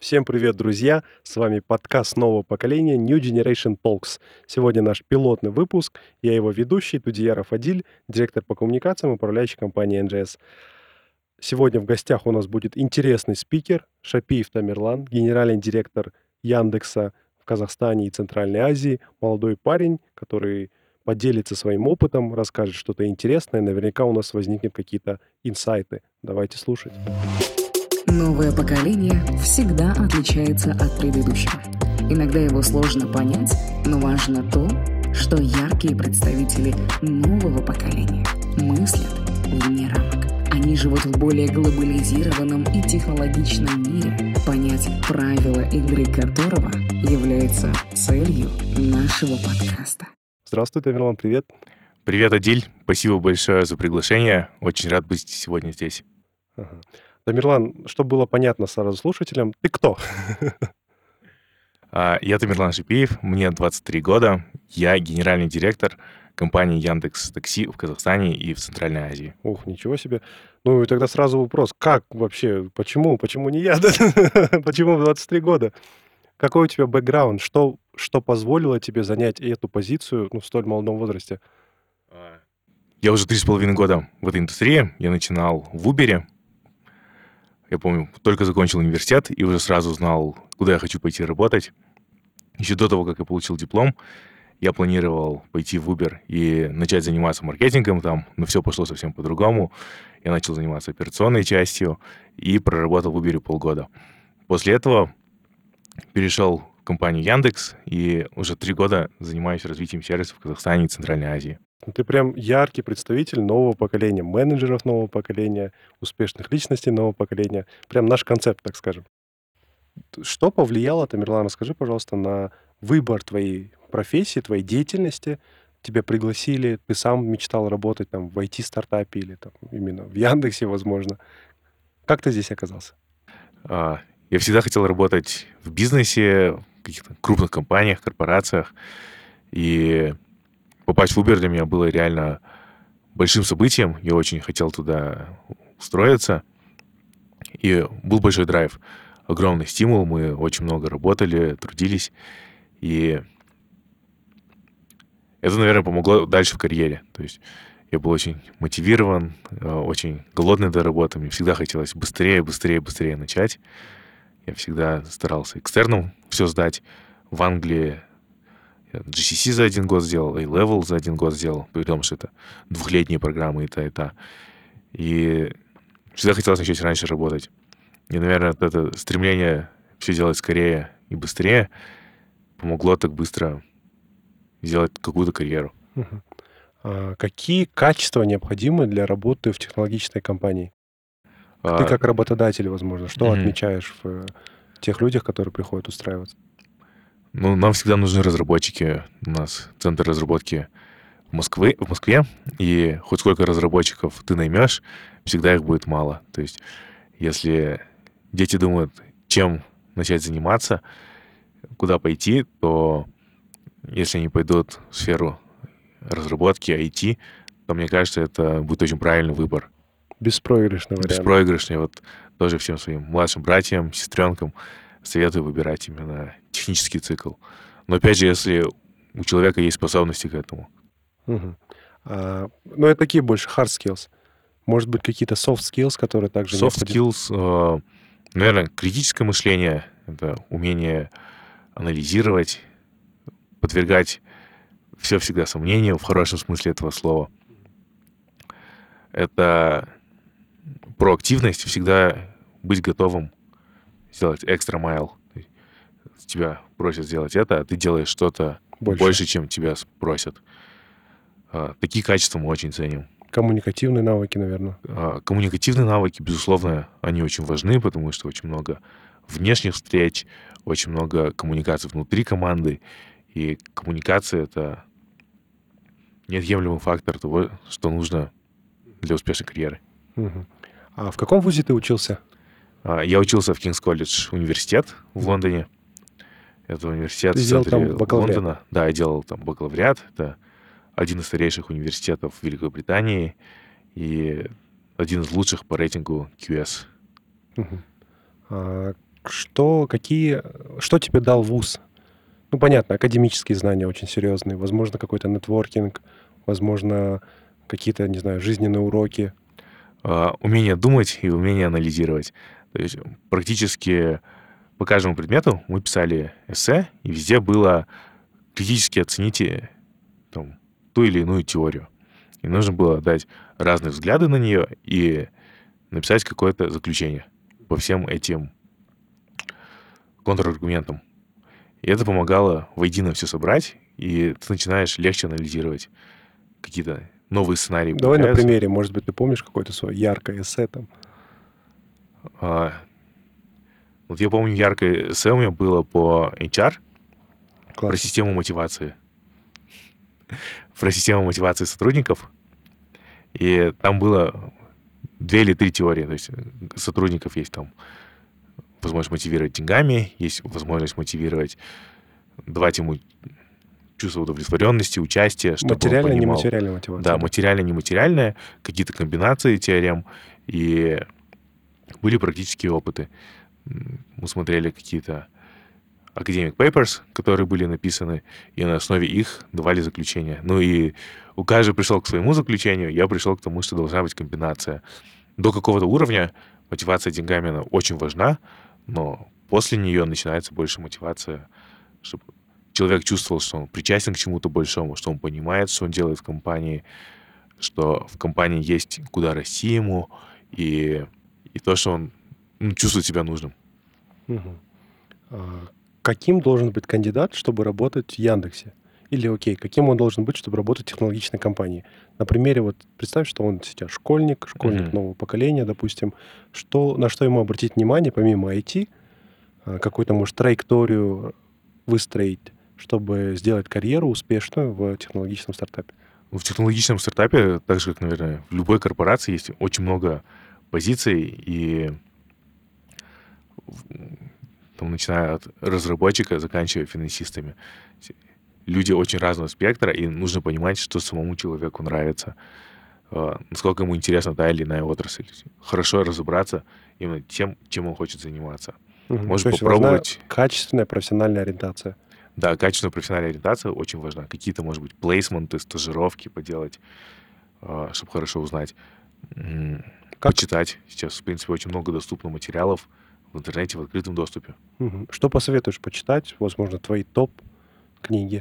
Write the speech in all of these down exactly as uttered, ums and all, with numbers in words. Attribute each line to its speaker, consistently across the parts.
Speaker 1: Всем привет, друзья! С вами подкаст нового поколения New Generation Talks. Сегодня наш пилотный выпуск. Я его ведущий, Тудияров Адиль, директор по коммуникациям, управляющий компанией эн джи эс. Сегодня в гостях у нас будет интересный спикер Шапиев Тамерлан, генеральный директор Яндекса в Казахстане и Центральной Азии. Молодой парень, который поделится своим опытом, расскажет что-то интересное. Наверняка у нас возникнут какие-то инсайты. Давайте слушать.
Speaker 2: Новое поколение всегда отличается от предыдущего. Иногда его сложно понять, но важно то, что яркие представители нового поколения мыслят вне рамок. Они живут в более глобализированном и технологичном мире, понять правила игры которого является целью нашего подкаста.
Speaker 1: Здравствуй, Тамерлан, привет.
Speaker 3: Привет, Адиль. Спасибо большое за приглашение. Очень рад быть сегодня здесь.
Speaker 1: Ага. Тамерлан, чтобы было понятно сразу слушателям, ты кто?
Speaker 3: А, Я Тамерлан Шапиев, мне двадцать три года. Я генеральный директор компании Яндекс Такси в Казахстане и в Центральной Азии.
Speaker 1: Ух, ничего себе. Ну и тогда сразу вопрос, как вообще, почему, почему не я? Почему в двадцать три года? Какой у тебя бэкграунд? Что, что позволило тебе занять эту позицию ну, в столь молодом возрасте?
Speaker 3: Я уже три с половиной года в этой индустрии. Я начинал в Uber. Я помню, только закончил университет и уже сразу знал, куда я хочу пойти работать. Еще до того, как я получил диплом, я планировал пойти в Uber и начать заниматься маркетингом там, но все пошло совсем по-другому. Я начал заниматься операционной частью и проработал в Uber полгода. После этого перешел в компанию Яндекс и уже три года занимаюсь развитием сервисов в Казахстане и Центральной Азии.
Speaker 1: Ты прям яркий представитель нового поколения, менеджеров нового поколения, успешных личностей нового поколения. Прям наш концепт, так скажем. Что повлияло, Тамерлан, расскажи, пожалуйста, на выбор твоей профессии, твоей деятельности? Тебя пригласили, ты сам мечтал работать там в ай ти-стартапе или там именно в Яндексе, возможно. Как ты здесь оказался?
Speaker 3: А, Я всегда хотел работать в бизнесе, в каких-то крупных компаниях, корпорациях. И попасть в Uber для меня было реально большим событием. Я очень хотел туда устроиться. И был большой драйв, огромный стимул. Мы очень много работали, трудились. И это, наверное, помогло дальше в карьере. То есть я был очень мотивирован, э, очень голодный до работы. Мне всегда хотелось быстрее, быстрее, быстрее начать. Я всегда старался экстерном все сдать. В Англии я джи си си за один год сделал, A-Level за один год сделал, при том, что это двухлетние программы и та, и та. И всегда хотелось начать раньше работать. И, наверное, вот это стремление все делать скорее и быстрее помогло так быстро сделать какую-то карьеру.
Speaker 1: Мгм. А какие качества необходимы для работы в технологичной компании? Ты
Speaker 3: А,
Speaker 1: как работодатель, возможно, что
Speaker 3: мгм.
Speaker 1: отмечаешь в э, тех людях, которые приходят устраиваться?
Speaker 3: Ну, нам всегда нужны разработчики. У нас центр разработки в Москве, в Москве, и хоть сколько разработчиков ты наймешь, всегда их будет мало. То есть, если дети думают, чем начать заниматься, куда пойти, то если они пойдут в сферу разработки, ай ти, то, мне кажется, это будет очень правильный выбор.
Speaker 1: Беспроигрышный вариант.
Speaker 3: Беспроигрышный. Вот тоже всем своим младшим братьям, сестренкам советую выбирать именно технический цикл. Но опять же, если у человека есть способности к этому.
Speaker 1: Мгм. А, ну, это такие больше hard skills. Может быть, какие-то soft skills, которые также
Speaker 3: Soft
Speaker 1: необходимы?
Speaker 3: skills, э, наверное, критическое мышление, это умение анализировать, подвергать все всегда сомнению в хорошем смысле этого слова. Это проактивность, всегда быть готовым сделать экстра майл. Тебя просят сделать это, а ты делаешь что-то
Speaker 1: Больше.
Speaker 3: больше, чем тебя спросят. А, Такие качества мы очень ценим.
Speaker 1: Коммуникативные навыки, наверное.
Speaker 3: А, Коммуникативные навыки, безусловно, они очень важны, потому что очень много внешних встреч, очень много коммуникаций внутри команды. И коммуникация — это неотъемлемый фактор того, что нужно для успешной карьеры.
Speaker 1: Мгм. А в каком вузе ты учился?
Speaker 3: А, Я учился в Кингс колледж университет в Лондоне. Это университет
Speaker 1: Ты
Speaker 3: в
Speaker 1: сделал
Speaker 3: центре
Speaker 1: там бакалавриат?
Speaker 3: Лондона. Да, я делал там бакалавриат. Это один из старейших университетов в Великобритании и один из лучших по рейтингу кью эс.
Speaker 1: Мгм. А Что, какие, что тебе дал вуз? Ну, понятно, академические знания очень серьезные, возможно, какой-то нетворкинг, возможно, какие-то, не знаю, жизненные уроки.
Speaker 3: А, Умение думать и умение анализировать. То есть практически по каждому предмету мы писали эссе, и везде было критически оцените там, ту или иную теорию. И нужно было дать разные взгляды на нее и написать какое-то заключение по всем этим контраргументам. И это помогало воедино все собрать, и ты начинаешь легче анализировать. Какие-то новые сценарии
Speaker 1: Давай на
Speaker 3: появляются.
Speaker 1: примере, может быть, ты помнишь какое-то свое яркое эссе там?
Speaker 3: А, Вот я помню, яркое эссе у меня было по эйч ар, про
Speaker 1: Классно.
Speaker 3: систему мотивации. Про систему мотивации сотрудников. И там было две или три теории. То есть сотрудников есть там возможность мотивировать деньгами, есть возможность мотивировать, давать ему чувство удовлетворенности, участия, чтобы он
Speaker 1: Материальная,
Speaker 3: понимал.
Speaker 1: нематериальная мотивация.
Speaker 3: Да, материально, нематериальное, какие-то комбинации теорем. И были практические опыты. М, Мы смотрели какие-то academic papers, которые были написаны, и на основе их давали заключения. Ну и у каждого пришел к своему заключению, я пришел к тому, что должна быть комбинация. До какого-то уровня мотивация деньгами, она очень важна, но после нее начинается больше мотивация, чтобы человек чувствовал, что он причастен к чему-то большому, что он понимает, что он делает в компании, что в компании есть куда расти ему, и, и то, что он ну, чувствует себя нужным.
Speaker 1: Мгм. А, Каким должен быть кандидат, чтобы работать в Яндексе? Или, окей, каким он должен быть, чтобы работать в технологичной компании? На примере, вот представь, что он сейчас школьник, школьник
Speaker 3: Мгм.
Speaker 1: нового поколения, допустим. Что, на что ему обратить внимание, помимо ай ти, а, какую-то, может, траекторию выстроить, чтобы сделать карьеру успешную в технологичном стартапе?
Speaker 3: В технологичном стартапе, так же, как, наверное, в любой корпорации, есть очень много позиций, и в- там, начиная от разработчика, заканчивая финансистами. С- Люди очень разного спектра, и нужно понимать, что самому человеку нравится, а, насколько ему интересна та или иная отрасль. Хорошо разобраться именно тем, чем он хочет заниматься.
Speaker 1: Мгм.
Speaker 3: Может
Speaker 1: То есть важна
Speaker 3: попробовать.
Speaker 1: качественная профессиональная ориентация.
Speaker 3: Да, качественная профессиональная ориентация очень важна. Какие-то, может быть, плейсменты, стажировки поделать, чтобы хорошо узнать. М,
Speaker 1: Как,
Speaker 3: Почитать. Сейчас, в принципе, очень много доступно материалов в интернете в открытом доступе.
Speaker 1: мгм. Что посоветуешь почитать? Возможно, твои топ-книги.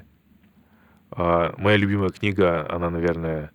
Speaker 3: А, Моя любимая книга, она, наверное,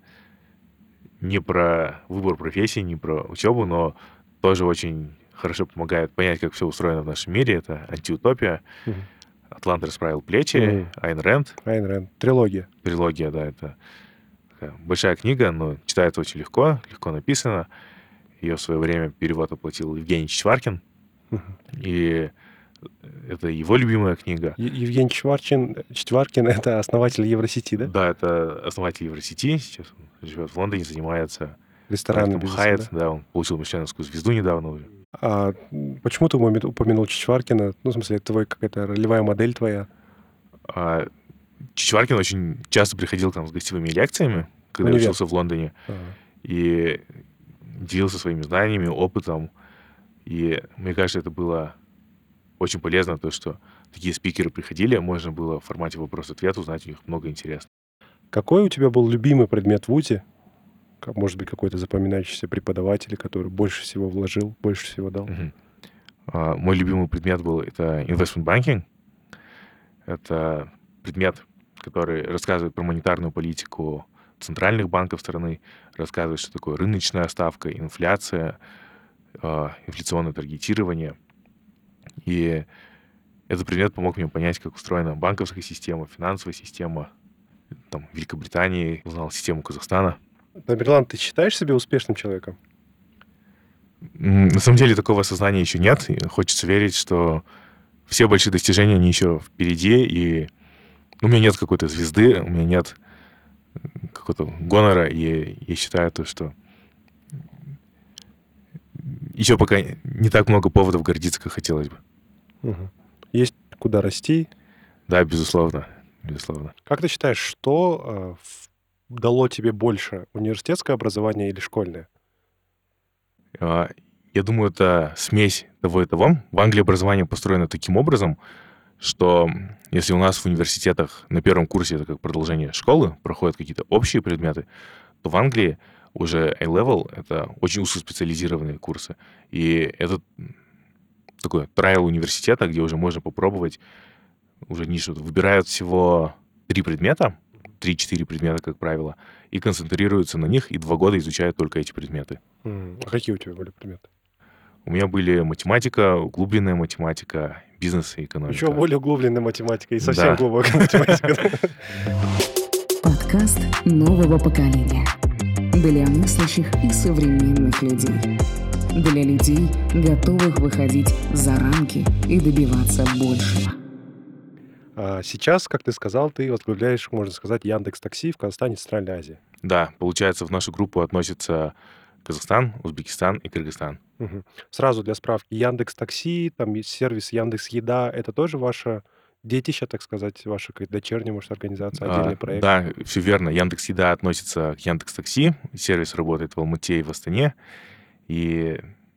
Speaker 3: не про выбор профессии, не про учебу, но тоже очень хорошо помогает понять, как все устроено в нашем мире. Это «Антиутопия».
Speaker 1: Мгм.
Speaker 3: «Атлант расправил плечи»,
Speaker 1: Мгм.
Speaker 3: Айн Рэнд.
Speaker 1: Айн Рэнд. Трилогия.
Speaker 3: Трилогия, да, это такая большая книга, но читается очень легко, легко написано. Ее в свое время перевод оплатил Евгений Чичваркин,
Speaker 1: Мгм.
Speaker 3: и это его любимая книга.
Speaker 1: Е- Евгений Чварчин, Четваркин — это основатель Евросети, да?
Speaker 3: Да, это основатель Евросети, сейчас он живет в Лондоне, занимается
Speaker 1: Ресторанным
Speaker 3: проектом
Speaker 1: бизнесом,
Speaker 3: Hyatt,
Speaker 1: да?
Speaker 3: да, он получил Мишленовскую звезду недавно уже.
Speaker 1: А м, почему ты упомя- упомянул Чичваркина? Ну, в смысле, это твой какая-то ролевая модель твоя.
Speaker 3: А Чичваркин очень часто приходил к нам с гостевыми лекциями, когда я
Speaker 1: Универ.
Speaker 3: учился в Лондоне,
Speaker 1: Ага.
Speaker 3: и делился своими знаниями, опытом. И мне кажется, это было очень полезно, то, что такие спикеры приходили, можно было в формате вопрос-ответ узнать у них много интересного.
Speaker 1: Какой у тебя был любимый предмет в ВУЗе? Как, может быть, какой-то запоминающийся преподаватель, который больше всего вложил, больше всего дал?
Speaker 3: Мгм. А, Мой любимый предмет был это investment banking. Это предмет, который рассказывает про монетарную политику центральных банков страны, рассказывает, что такое рыночная ставка, инфляция, а, инфляционное таргетирование. И этот предмет помог мне понять, как устроена банковская система, финансовая система. Там, в Великобритании узнал систему Казахстана.
Speaker 1: Тамерлан, ты считаешь себя успешным человеком?
Speaker 3: М, На самом деле такого осознания еще нет. И хочется верить, что все большие достижения, они еще впереди. И у меня нет какой-то звезды, у меня нет какого-то гонора. И я считаю то, что еще пока не так много поводов гордиться, как хотелось бы.
Speaker 1: Мгм. Есть куда расти.
Speaker 3: Да, безусловно. Безусловно.
Speaker 1: Как ты считаешь, что э, в- дало тебе больше, университетское образование или школьное?
Speaker 3: А, Я думаю, это смесь того и того. В Англии образование построено таким образом, что если у нас в университетах на первом курсе это как продолжение школы, проходят какие-то общие предметы, то в Англии уже A-level — это очень узкоспециализированные курсы. И это такой трайл университета, где уже можно попробовать уже нишу. Выбирают всего три предмета, три-четыре предмета, как правило, и концентрируются на них, и два года изучают только эти предметы.
Speaker 1: М, А какие у тебя были предметы?
Speaker 3: У меня были математика, углубленная математика, бизнес и
Speaker 1: Еще
Speaker 3: экономика.
Speaker 1: более углубленная математика и совсем
Speaker 3: Да.
Speaker 1: глубокая математика.
Speaker 2: Подкаст нового поколения. Для мыслящих и современных людей. Для людей, готовых выходить за рамки и добиваться большего.
Speaker 1: А сейчас, как ты сказал, ты возглавляешь, можно сказать, Яндекс.Такси в Казахстане и Центральной Азии.
Speaker 3: Да, получается, в нашу группу относятся Казахстан, Узбекистан и Кыргызстан.
Speaker 1: Мгм. Сразу для справки, Яндекс.Такси, там есть сервис Яндекс.Еда, это тоже ваше детище, так сказать, ваша какая-то дочерняя, может, организация, отдельный
Speaker 3: А,
Speaker 1: проект?
Speaker 3: да, все верно. Яндекс.Еда относится к Яндекс.Такси. Сервис работает в Алмате и в Астане. И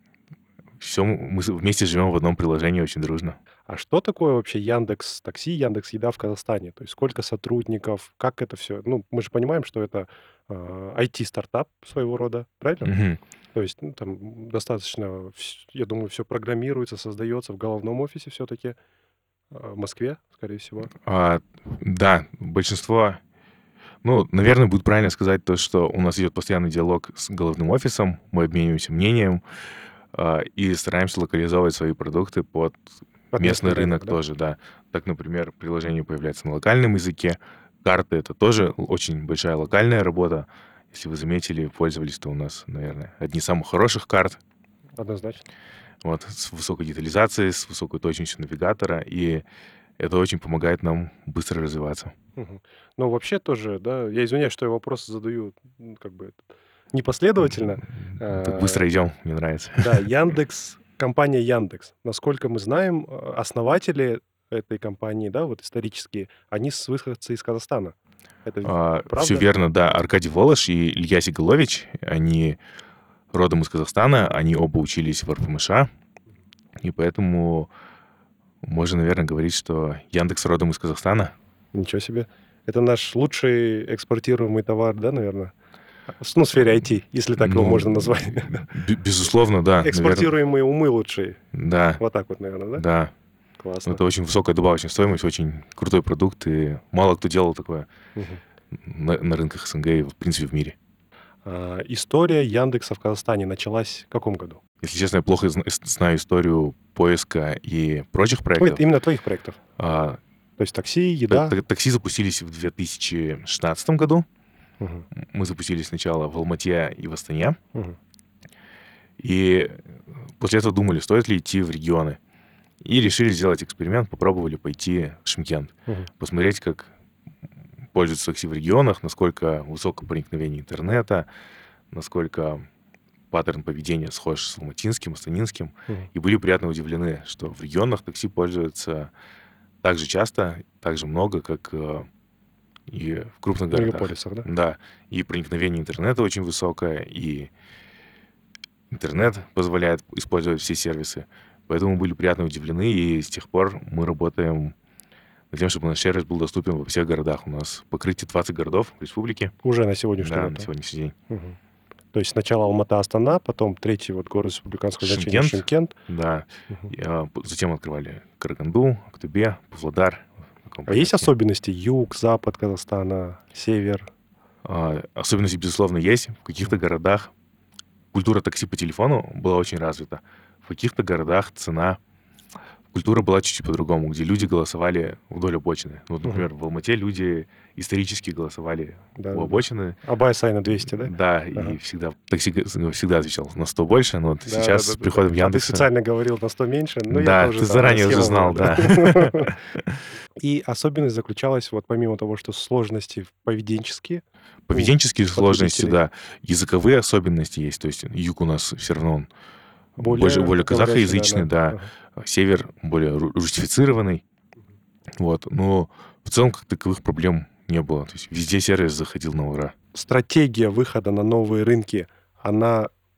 Speaker 3: все мы с- вместе живем в одном приложении очень дружно.
Speaker 1: А что такое вообще Яндекс.Такси, Яндекс.Еда в Казахстане? То есть сколько сотрудников, как это все? Ну, мы же понимаем, что это а, ай ти-стартап своего рода, правильно?
Speaker 3: Мгм.
Speaker 1: То есть ну, там достаточно, вс- я думаю, все программируется, создается в головном офисе все-таки, в Москве, скорее всего.
Speaker 3: А, да, большинство... Ну, наверное, будет правильно сказать то, что у нас идет постоянный диалог с головным офисом, мы обмениваемся мнением а, и стараемся локализовывать свои продукты под
Speaker 1: Под
Speaker 3: местный
Speaker 1: местный
Speaker 3: рынок
Speaker 1: рынок, да?
Speaker 3: тоже, да. Так, например, приложение появляется на локальном языке, карты — это тоже очень большая локальная работа. Если вы заметили, пользовались, то у нас, наверное, одни из самых хороших карт,
Speaker 1: Однозначно.
Speaker 3: вот, с высокой детализацией, с высокой точностью навигатора, и это очень помогает нам быстро развиваться.
Speaker 1: Мгм. Ну, вообще тоже, да, я извиняюсь, что я вопросы задаю, м, как бы непоследовательно.
Speaker 3: М, Так быстро
Speaker 1: А,
Speaker 3: идем, мне нравится.
Speaker 1: Да, Яндекс, компания Яндекс. Насколько мы знаем, э, основатели этой компании, да, вот исторические, они с выходцы из Казахстана. Это в-
Speaker 3: Все
Speaker 1: правда?
Speaker 3: верно, да. Аркадий Волош и Илья Сигалович, они родом из Казахстана, они оба учились в эр пэ эм эш а, и поэтому можно, наверное, говорить, что Яндекс родом из Казахстана.
Speaker 1: Ничего себе. Это наш лучший экспортируемый товар, да, наверное? С- Ну, в сфере ай ти, если так его
Speaker 3: Ну,
Speaker 1: можно назвать.
Speaker 3: бе- безусловно, да, наверное.
Speaker 1: Экспортируемые умы лучшие.
Speaker 3: Да,
Speaker 1: Вот так вот, наверное, да?
Speaker 3: да.
Speaker 1: Классно.
Speaker 3: Это очень высокая добавочная стоимость, очень крутой продукт, и мало кто делал такое
Speaker 1: Мгм.
Speaker 3: на, на рынках СНГ и, в принципе, в мире.
Speaker 1: А, История Яндекса в Казахстане началась в каком году?
Speaker 3: Если честно, я плохо зна- знаю историю поиска и прочих
Speaker 1: Ой,
Speaker 3: проектов.
Speaker 1: именно твоих проектов.
Speaker 3: А,
Speaker 1: То есть такси,
Speaker 3: та-
Speaker 1: еда.
Speaker 3: та- Такси запустились в две тысячи шестнадцатом году.
Speaker 1: Мгм.
Speaker 3: Мы запустились сначала в Алмате и в Астане.
Speaker 1: Мгм.
Speaker 3: И после этого думали, стоит ли идти в регионы. И решили сделать эксперимент, попробовали пойти в Шымкент.
Speaker 1: Мгм.
Speaker 3: Посмотреть, как пользуются такси в регионах, насколько высокое проникновение интернета, насколько паттерн поведения схож с алматинским, астанинским.
Speaker 1: Мгм.
Speaker 3: И были приятно удивлены, что в регионах такси пользуются так же часто, так же много, как э, и в крупных
Speaker 1: В
Speaker 3: городах.
Speaker 1: мегаполисах, да?
Speaker 3: Да, и проникновение интернета очень высокое, и интернет позволяет использовать все сервисы. Поэтому были приятно удивлены, и с тех пор мы работаем над тем, чтобы наш сервис был доступен во всех городах. У нас покрытие двадцать городов в республике.
Speaker 1: Уже на сегодняшний
Speaker 3: Да,
Speaker 1: год.
Speaker 3: на
Speaker 1: да?
Speaker 3: сегодняшний день.
Speaker 1: Мгм. То есть сначала Алмата, Астана, потом третий вот город республиканского значения
Speaker 3: Шымкент.
Speaker 1: Шымкент.
Speaker 3: Да.
Speaker 1: Мгм.
Speaker 3: И, а, п- затем открывали Караганду, Актубе, Павлодар. в таком
Speaker 1: А есть
Speaker 3: порядке.
Speaker 1: особенности? Юг, запад Казахстана, север?
Speaker 3: А, Особенности, безусловно, есть. В каких-то городах культура такси по телефону была очень развита. В каких-то городах цена... Культура была чуть-чуть по-другому, где люди голосовали вдоль обочины. Ну, вот, например, в Алмате люди исторически голосовали
Speaker 1: Да,
Speaker 3: у
Speaker 1: да, да.
Speaker 3: обочины.
Speaker 1: Абай Сайна двести, да?
Speaker 3: Да,
Speaker 1: Ага.
Speaker 3: и всегда такси г- всегда отвечал на сто больше, но вот
Speaker 1: Да,
Speaker 3: сейчас
Speaker 1: да,
Speaker 3: с
Speaker 1: да,
Speaker 3: приходом
Speaker 1: да. А ты
Speaker 3: Яндекса...
Speaker 1: специально говорил на сто меньше, но
Speaker 3: Да,
Speaker 1: я тоже
Speaker 3: ты
Speaker 1: там,
Speaker 3: заранее уже
Speaker 1: схема
Speaker 3: знал,
Speaker 1: была,
Speaker 3: да.
Speaker 1: И особенность заключалась, вот помимо того, что сложности поведенческие,
Speaker 3: Поведенческие сложности,
Speaker 1: потребителей.
Speaker 3: да. Языковые особенности есть. То есть юг у нас все равно он
Speaker 1: более
Speaker 3: больше, более
Speaker 1: говорящие,
Speaker 3: казахоязычный, да.
Speaker 1: Ага.
Speaker 3: Север более ру- русифицированный. Вот. Но в целом как таковых проблем не было. То есть везде сервис заходил на ура.
Speaker 1: Стратегия выхода на новые рынки, она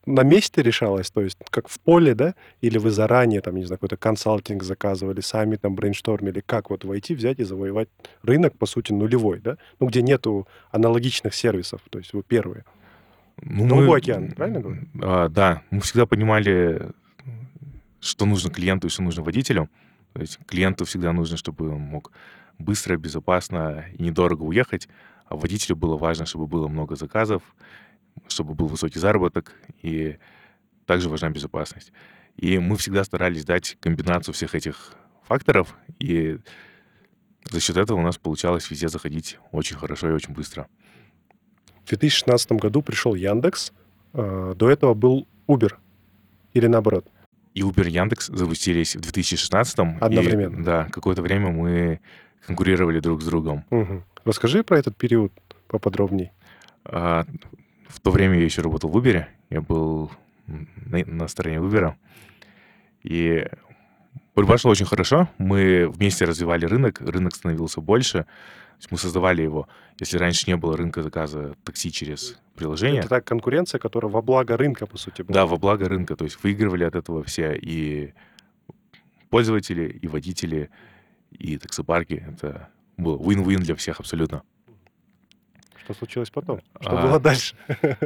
Speaker 1: на месте решалось, то есть как в поле, да? Или вы заранее, там, не знаю, какой-то консалтинг заказывали, сами там брейнштормили, как вот войти, взять и завоевать рынок, по сути, нулевой, да? Ну, где нету аналогичных сервисов, то есть вы первые.
Speaker 3: Ну,
Speaker 1: Голубой
Speaker 3: мы,
Speaker 1: океан, правильно говорю?
Speaker 3: а, да, мы всегда понимали, что нужно клиенту и что нужно водителю. То есть клиенту всегда нужно, чтобы он мог быстро, безопасно и недорого уехать, а водителю было важно, чтобы было много заказов, чтобы был высокий заработок, и также важна безопасность. И мы всегда старались дать комбинацию всех этих факторов, и за счет этого у нас получалось везде заходить очень хорошо и очень быстро.
Speaker 1: В две тысячи шестнадцатом году пришел Яндекс, э, до этого был Uber, или наоборот?
Speaker 3: И Uber, и Яндекс запустились в две тысячи шестнадцатом.
Speaker 1: Одновременно.
Speaker 3: И, да, какое-то время мы конкурировали друг с другом.
Speaker 1: Мгм. Расскажи про этот период поподробнее.
Speaker 3: А, в то время я еще работал в Uber. Я был на, на стороне Uber. И борьба шла очень хорошо. Мы вместе развивали рынок. Рынок становился больше. То есть мы создавали его. Если раньше не было рынка заказа такси через приложение,
Speaker 1: Это так конкуренция, которая во благо рынка, по сути, была.
Speaker 3: да, во благо рынка. То есть выигрывали от этого все и пользователи, и водители, и таксопарки. Это было win-win для всех абсолютно.
Speaker 1: Что случилось потом? Что
Speaker 3: А,
Speaker 1: было дальше?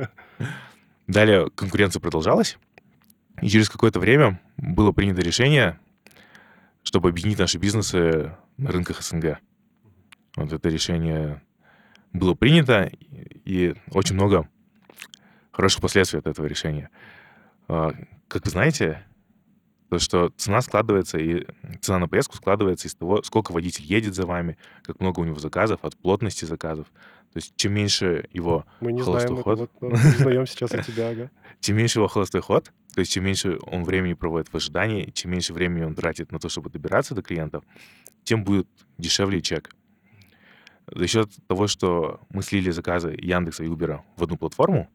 Speaker 3: Далее конкуренция продолжалась, и через какое-то время было принято решение, чтобы объединить наши бизнесы на рынках СНГ. Вот это решение было принято, и очень много хороших последствий от этого решения. А, Как вы знаете, то, что цена складывается, и цена на поездку складывается из того, сколько водитель едет за вами, как много у него заказов, от плотности заказов. То есть чем меньше его
Speaker 1: Мы не
Speaker 3: холостой
Speaker 1: знаем, это
Speaker 3: ход,
Speaker 1: вот э, узнаем сейчас от тебя, ага.
Speaker 3: чем меньше его холостой ход, то есть чем меньше он времени проводит в ожидании, чем меньше времени он тратит на то, чтобы добираться до клиентов, тем будет дешевле чек. За счет того, что мы слили заказы Яндекса и Uber в одну платформу,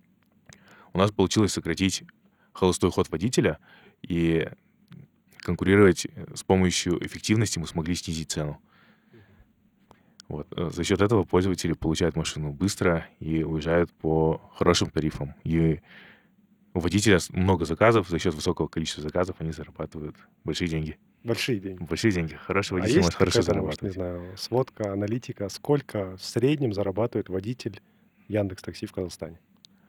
Speaker 3: у нас получилось сократить холостой ход водителя, и конкурировать с помощью эффективности мы смогли снизить цену. Вот. э, За счет этого пользователи получают машину быстро и уезжают по хорошим тарифам. И у водителя с- много заказов, за счет высокого количества заказов они зарабатывают большие деньги.
Speaker 1: Большие деньги.
Speaker 3: Большие деньги. Хороший
Speaker 1: А
Speaker 3: водитель
Speaker 1: есть
Speaker 3: может хорошо
Speaker 1: какая-то, может, не
Speaker 3: зарабатывать.
Speaker 1: знаю, сводка, аналитика, сколько в среднем зарабатывает водитель Яндекс.Такси в Казахстане?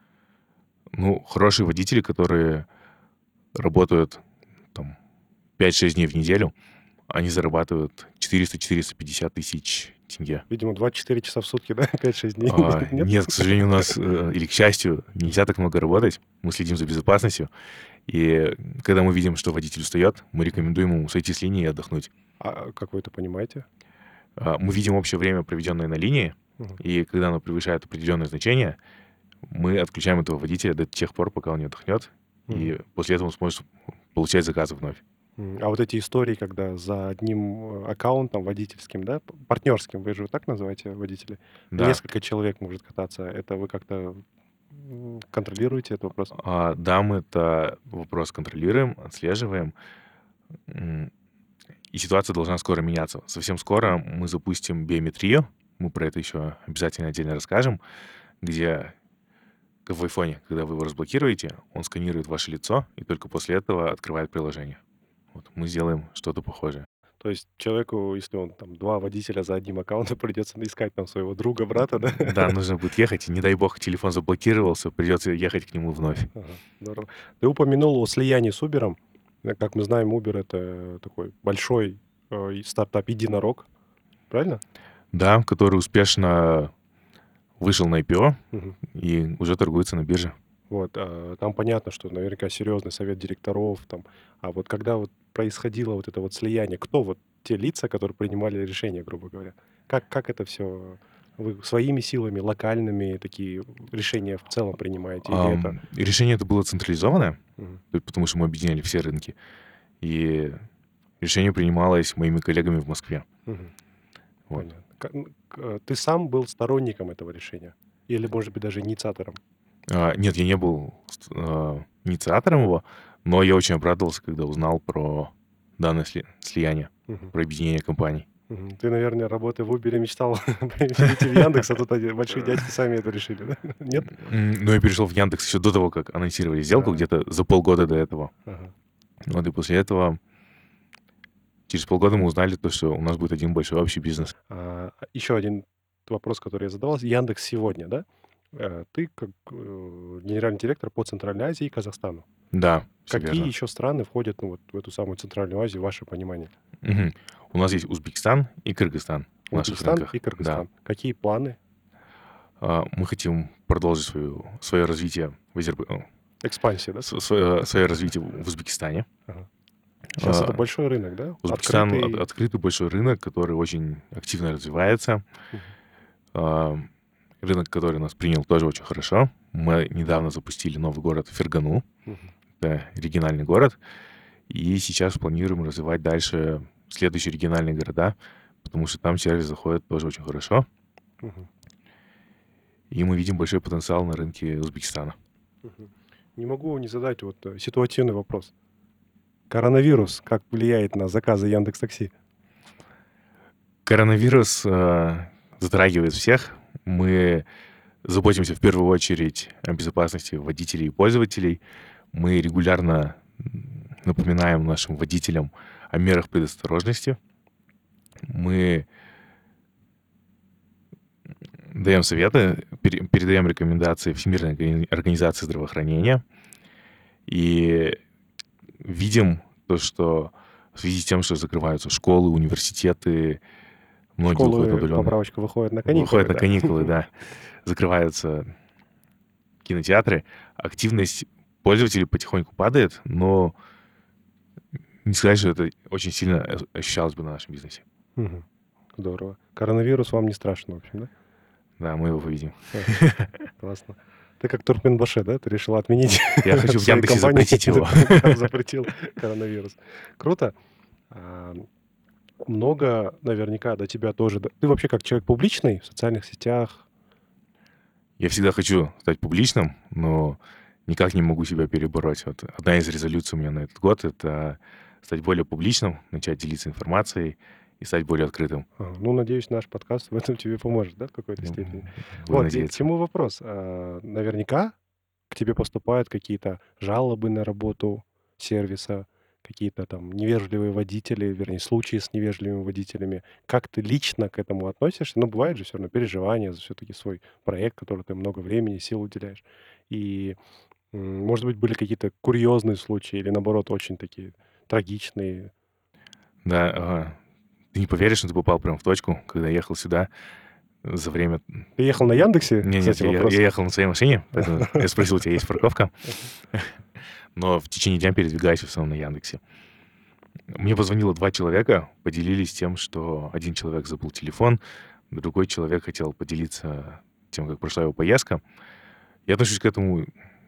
Speaker 3: Ну, хорошие водители, которые работают там пять-шесть дней в неделю, они зарабатывают четыреста-четыреста пятьдесят тысяч тенге.
Speaker 1: Видимо, двадцать четыре часа в сутки, да? пять-шесть дней.
Speaker 3: А,
Speaker 1: Нет?
Speaker 3: Нет, к сожалению, у нас, э, или к счастью, нельзя так много работать. Мы следим за безопасностью. И когда мы видим, что водитель устает, мы рекомендуем ему сойти с линии и отдохнуть.
Speaker 1: А как вы это понимаете?
Speaker 3: А, Мы видим общее время, проведенное на линии,
Speaker 1: Мгм.
Speaker 3: и когда оно превышает определенное значение, мы отключаем этого водителя до тех пор, пока он не отдохнет, и
Speaker 1: Мгм.
Speaker 3: после этого он сможет получать заказы вновь.
Speaker 1: М, А вот эти истории, когда за одним э, аккаунтом водительским, да, п- партнерским, вы же так называете водителей,
Speaker 3: Да.
Speaker 1: несколько человек может кататься, это вы как-то м, контролируете этот вопрос?
Speaker 3: А, Да, мы это вопрос контролируем, отслеживаем. М, И ситуация должна скоро меняться. Совсем скоро мы запустим биометрию. Мы про это еще обязательно отдельно расскажем, где, как в айфоне, когда вы его разблокируете, он сканирует ваше лицо и только после этого открывает приложение. Вот мы сделаем что-то похожее.
Speaker 1: То есть человеку, если он там два водителя за одним аккаунтом, придется искать там своего друга, брата, да?
Speaker 3: Да, нужно будет ехать, и не дай бог телефон заблокировался, придется ехать к нему вновь.
Speaker 1: Ага, здорово. Ты упомянул о слиянии с Uber. Э, Как мы знаем, Uber — это такой большой э, и стартап-единорог, правильно?
Speaker 3: Да, который успешно вышел на ай пи о
Speaker 1: Мгм.
Speaker 3: и уже торгуется на бирже.
Speaker 1: Вот, а, там понятно, что наверняка серьезный совет директоров, там, а вот когда вот происходило вот это вот слияние, кто вот те лица, которые принимали решения, грубо говоря? Как, как это все? Вы своими силами, локальными такие решения в целом принимаете? Или это...
Speaker 3: Ам, и решение это было централизованное,
Speaker 1: Мгм.
Speaker 3: то есть потому что мы объединяли все рынки. И решение принималось моими коллегами в Москве.
Speaker 1: Мгм.
Speaker 3: Вот.
Speaker 1: Понятно. Ка- н- к- э, Ты сам был сторонником этого решения? Или, может быть, даже инициатором?
Speaker 3: А, нет, я не был ст- а, инициатором его, но я очень обрадовался, когда узнал про данное сли- слияние,
Speaker 1: Мгм.
Speaker 3: про объединение компаний.
Speaker 1: Мгм. Ты, наверное, работая в Uber, мечтал перейти в Яндекс, а тут они, большие дядьки, сами это решили, да? Нет?
Speaker 3: М, Ну, я перешел в Яндекс еще до того, как анонсировали сделку,
Speaker 1: Да.
Speaker 3: где-то за полгода до этого.
Speaker 1: Ага.
Speaker 3: Вот, и после этого, через полгода мы узнали то, что у нас будет один большой общий бизнес.
Speaker 1: А, еще один вопрос, который я задавал. Яндекс сегодня, да? Э, Ты как э, генеральный директор по Центральной Азии и Казахстану.
Speaker 3: Да, все
Speaker 1: Какие
Speaker 3: верно.
Speaker 1: еще страны входят, ну, вот в эту самую Центральную Азию, ваше понимание?
Speaker 3: Мгм. У нас есть Узбекистан и Кыргызстан в наших
Speaker 1: Узбекистан
Speaker 3: рынках.
Speaker 1: и
Speaker 3: Да.
Speaker 1: Кыргызстан. Какие планы
Speaker 3: А, Мы хотим продолжить свою, свое развитие в Азерб- э,
Speaker 1: экспансии, да?
Speaker 3: с- свое, свое развитие в в Узбекистане.
Speaker 1: Ага. Сейчас это
Speaker 3: А,
Speaker 1: большой рынок, да?
Speaker 3: Узбекистан от-
Speaker 1: Открытый.
Speaker 3: открытый большой рынок, который очень активно развивается.
Speaker 1: Мгм.
Speaker 3: А, Рынок, который нас принял, тоже очень хорошо. Мы недавно запустили новый город Фергану.
Speaker 1: Мгм.
Speaker 3: Это региональный город. И сейчас планируем развивать дальше следующие региональные города, потому что там сервис заходит тоже очень хорошо.
Speaker 1: Мгм.
Speaker 3: И мы видим большой потенциал на рынке Узбекистана.
Speaker 1: Мгм. Не могу не задать вот э, ситуативный вопрос. Коронавирус как влияет на заказы Яндекс.Такси?
Speaker 3: Коронавирус э, затрагивает всех. Мы заботимся в первую очередь о безопасности водителей и пользователей. Мы регулярно м, напоминаем нашим водителям о мерах предосторожности. Мы даем советы, пере- передаем рекомендации Всемирной органи- организации здравоохранения и видим то, что в связи с тем, что закрываются школы, университеты, многие уходят
Speaker 1: Школы,
Speaker 3: удаленно,
Speaker 1: поправочка, выходят на каникулы,
Speaker 3: выходят на
Speaker 1: да?
Speaker 3: каникулы, да, закрываются кинотеатры, активность пользователей потихоньку падает, но не сказать, что это очень сильно э, ощущалось бы на нашем бизнесе.
Speaker 1: Мгм. Здорово. Коронавирус вам не страшен, в общем, да?
Speaker 3: Да, мы его увидим.
Speaker 1: Ага. Классно. Ты как Туркменбаше, да? Ты решил отменить
Speaker 3: Я хочу
Speaker 1: от
Speaker 3: в
Speaker 1: своей
Speaker 3: Яндексе
Speaker 1: компании,
Speaker 3: запретить его.
Speaker 1: да, запретил коронавирус. Круто. А, Много наверняка до тебя тоже. да- Ты вообще как человек публичный в социальных сетях?
Speaker 3: Я всегда хочу стать публичным, но никак не могу себя перебороть. Вот одна из резолюций у меня на этот год — это стать более публичным, начать делиться информацией и стать более открытым.
Speaker 1: Ага. Ну, надеюсь, наш подкаст в этом тебе поможет, да, в какой-то
Speaker 3: Ну,
Speaker 1: степени.
Speaker 3: Будем
Speaker 1: Вот, и к
Speaker 3: надеяться.
Speaker 1: чему вопрос? А, Наверняка к тебе поступают какие-то жалобы на работу сервиса, какие-то там невежливые водители, вернее, случаи с невежливыми водителями. Как ты лично к этому относишься? Ну, бывает же все равно переживания за все-таки свой проект, который ты много времени, сил уделяешь. И, м, может быть, были какие-то курьезные случаи или, наоборот, очень такие трагичные.
Speaker 3: Да, ага. Ты не поверишь, но ты попал прямо в точку, когда я ехал сюда за время...
Speaker 1: Ты ехал на Яндексе,
Speaker 3: Нет, нет,
Speaker 1: кстати,
Speaker 3: я, я
Speaker 1: вопрос?
Speaker 3: ехал на своей машине, поэтому я спросил, у тебя есть парковка? Но в течение дня передвигаюсь в основном на Яндексе. Мне позвонило два человека, поделились тем, что один человек забыл телефон, другой человек хотел поделиться тем, как прошла его поездка. Я отношусь к этому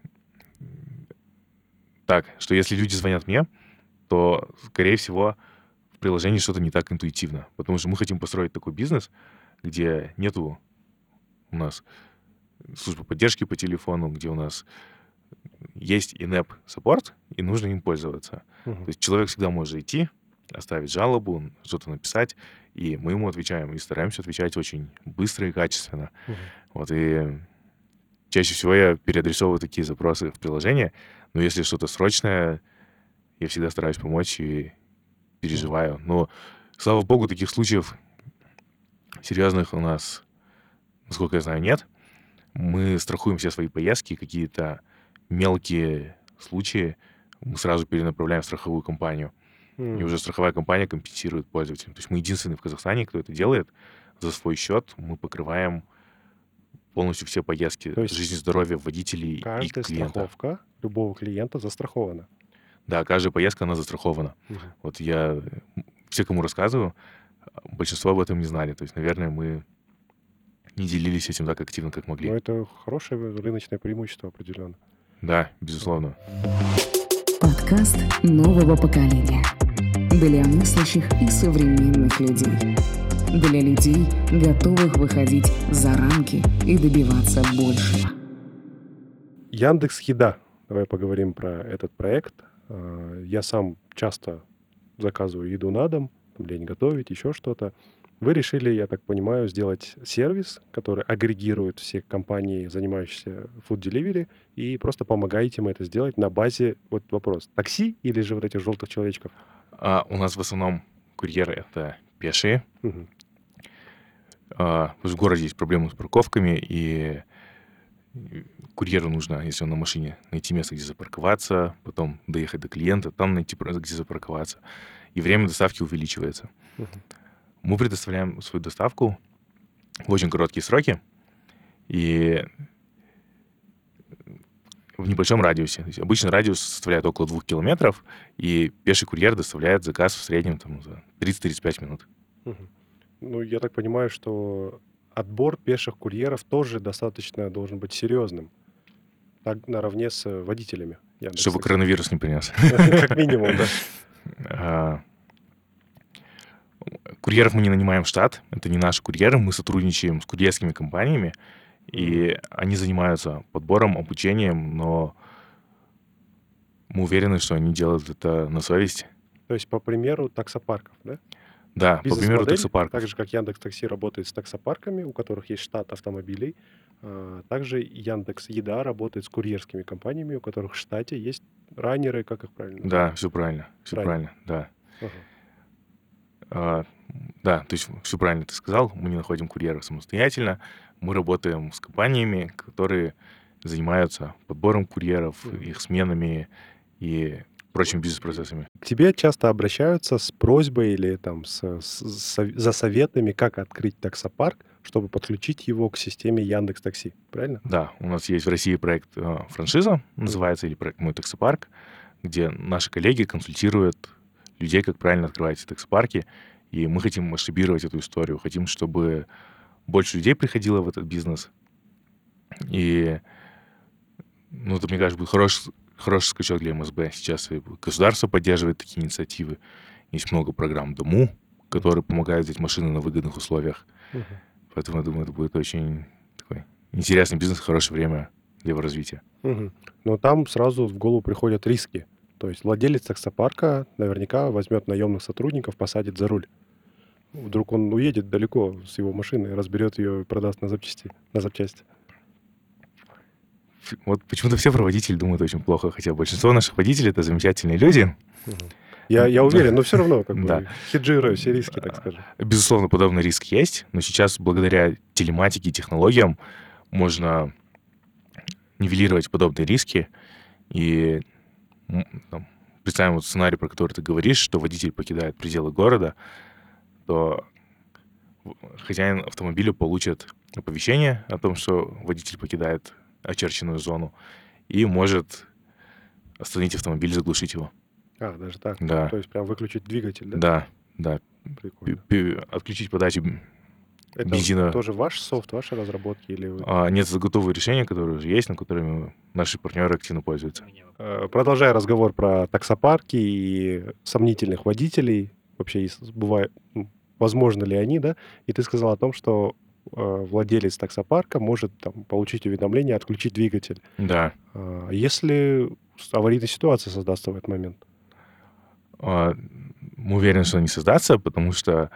Speaker 3: так, что если люди звонят мне, то, скорее всего, в приложении что-то не так интуитивно. Потому что мы хотим построить такой бизнес, где нету у нас службы поддержки по телефону, где у нас есть in-app support, и нужно им пользоваться.
Speaker 1: Мгм.
Speaker 3: То есть человек всегда может зайти, оставить жалобу, что-то написать, и мы ему отвечаем. И стараемся отвечать очень быстро и качественно.
Speaker 1: Мгм.
Speaker 3: Вот, и чаще всего я переадресовываю такие запросы в приложение, но если что-то срочное, я всегда стараюсь помочь и переживаю. Но, слава богу, таких случаев серьезных у нас, насколько я знаю, нет. Мы страхуем все свои поездки, какие-то мелкие случаи мы сразу перенаправляем в страховую компанию. И
Speaker 1: М.
Speaker 3: уже страховая компания компенсирует пользователям. То есть мы единственные в Казахстане, кто это делает. За свой счет мы покрываем полностью все поездки
Speaker 1: То есть
Speaker 3: жизни, здоровья водителей и
Speaker 1: каждая
Speaker 3: клиента.
Speaker 1: страховка любого клиента застрахована.
Speaker 3: Да, каждая поездка, она застрахована.
Speaker 1: Мгм.
Speaker 3: Вот я м, все, кому рассказываю, а, большинство об этом не знали. То есть, наверное, мы не делились этим так активно, как
Speaker 1: Но
Speaker 3: могли.
Speaker 1: это хорошее рыночное преимущество определенно.
Speaker 3: Да, безусловно.
Speaker 2: Подкаст нового поколения. Для мыслящих и современных людей. Для людей, готовых выходить за рамки и добиваться большего.
Speaker 1: Яндекс Еда. Давай поговорим про этот проект. А, Я сам часто заказываю еду на дом, там, лень готовить, еще что-то. Вы решили, я так понимаю, сделать сервис, который агрегирует все компании, занимающиеся food delivery, и просто помогаете им это сделать на базе, вот вопрос, такси или же вот этих желтых человечков?
Speaker 3: А, у нас в основном курьеры — это пешие.
Speaker 1: Мгм.
Speaker 3: А, в городе есть проблемы с парковками, и и курьеру нужно, если он на машине, найти место, где запарковаться, потом доехать до клиента, там найти, про- где запарковаться. И время доставки увеличивается.
Speaker 1: Мгм.
Speaker 3: Мы предоставляем свою доставку в очень короткие сроки и в небольшом радиусе. То есть обычно радиус составляет около двух километров, и пеший курьер доставляет заказ в среднем там, за тридцать-тридцать пять минут.
Speaker 1: Мгм. Ну, я так понимаю, что отбор пеших курьеров тоже достаточно должен быть серьезным. Так, наравне с э, водителями
Speaker 3: Чтобы
Speaker 1: Яндекс.Такси.
Speaker 3: коронавирус не принес.
Speaker 1: Как минимум, да.
Speaker 3: А, Курьеров мы не нанимаем в штат, это не наши курьеры, мы сотрудничаем с курьерскими компаниями,
Speaker 1: Мгм.
Speaker 3: и они занимаются подбором, обучением, но мы уверены, что они делают это на совесть.
Speaker 1: То есть, по примеру таксопарков, да?
Speaker 3: Да, по примеру
Speaker 1: Бизнес-модель, так
Speaker 3: таксопарков.
Speaker 1: же, как Яндекс.Такси работает с таксопарками, у которых есть штат автомобилей, а, также Яндекс.Еда работает с курьерскими компаниями, у которых в штате есть раннеры, как их правильно назвать?
Speaker 3: Да, все правильно, все
Speaker 1: Раннеры.
Speaker 3: правильно, да.
Speaker 1: Ага.
Speaker 3: А, Да, то есть все правильно ты сказал, мы не находим курьеров самостоятельно, мы работаем с компаниями, которые занимаются подбором курьеров,
Speaker 1: Мгм.
Speaker 3: их сменами и прочими бизнес-процессами.
Speaker 1: К тебе часто обращаются с просьбой или там с, с- с- за советами, как открыть таксопарк, чтобы подключить его к системе Яндекс.Такси, правильно?
Speaker 3: Да, у нас есть в России проект э, «Франшиза»,
Speaker 1: Мгм.
Speaker 3: называется, или проект «Мой таксопарк», где наши коллеги консультируют людей, как правильно открывать таксопарки, и мы хотим масштабировать эту историю, хотим, чтобы больше людей приходило в этот бизнес, и, ну, это, мне кажется, будет хороший, хороший скачок для эм эс бэ. Сейчас и государство поддерживает такие инициативы, есть много программ ДОМУ, которые помогают взять машины на выгодных условиях,
Speaker 1: Мгм.
Speaker 3: поэтому я думаю, это будет очень такой интересный бизнес, хорошее время для его развития.
Speaker 1: Мгм. Но там сразу в голову приходят риски. То есть владелец таксопарка наверняка возьмет наемных сотрудников, посадит за руль. Вдруг он уедет далеко с его машины, разберет ее и продаст на запчасти, на запчасти.
Speaker 3: Ф- Вот почему-то все про водителей думают очень плохо, хотя большинство наших водителей — это замечательные люди.
Speaker 1: Мгм. Я, я уверен, но все равно как
Speaker 3: Да.
Speaker 1: бы хеджируя все риски, так скажем.
Speaker 3: Безусловно, подобный риск есть, но сейчас благодаря телематике и технологиям можно нивелировать подобные риски. И м, там, представим вот сценарий, про который ты говоришь, что водитель покидает пределы города, то в- хозяин автомобиля получит оповещение о том, что водитель покидает очерченную зону, и может остановить автомобиль, заглушить его.
Speaker 1: А, даже так.
Speaker 3: Да,
Speaker 1: То есть прям выключить двигатель, да?
Speaker 3: да, да. Пи-
Speaker 1: Прикольно.
Speaker 3: пи- Отключить подачу б-
Speaker 1: Это
Speaker 3: бензина.
Speaker 1: тоже ваш софт, ваши разработки или вы...
Speaker 3: А, Нет, это готовые решения, которые уже есть, на которыми наши партнеры активно пользуются.
Speaker 1: Э, Продолжая разговор про таксопарки и сомнительных водителей, вообще из- бывает, м, возможно ли они, да? И ты сказал о том, что э, владелец таксопарка может там, получить уведомление, отключить двигатель.
Speaker 3: Да.
Speaker 1: А если с- аварийная ситуация создастся в этот момент?
Speaker 3: А, Мы уверены, что не создастся, потому что,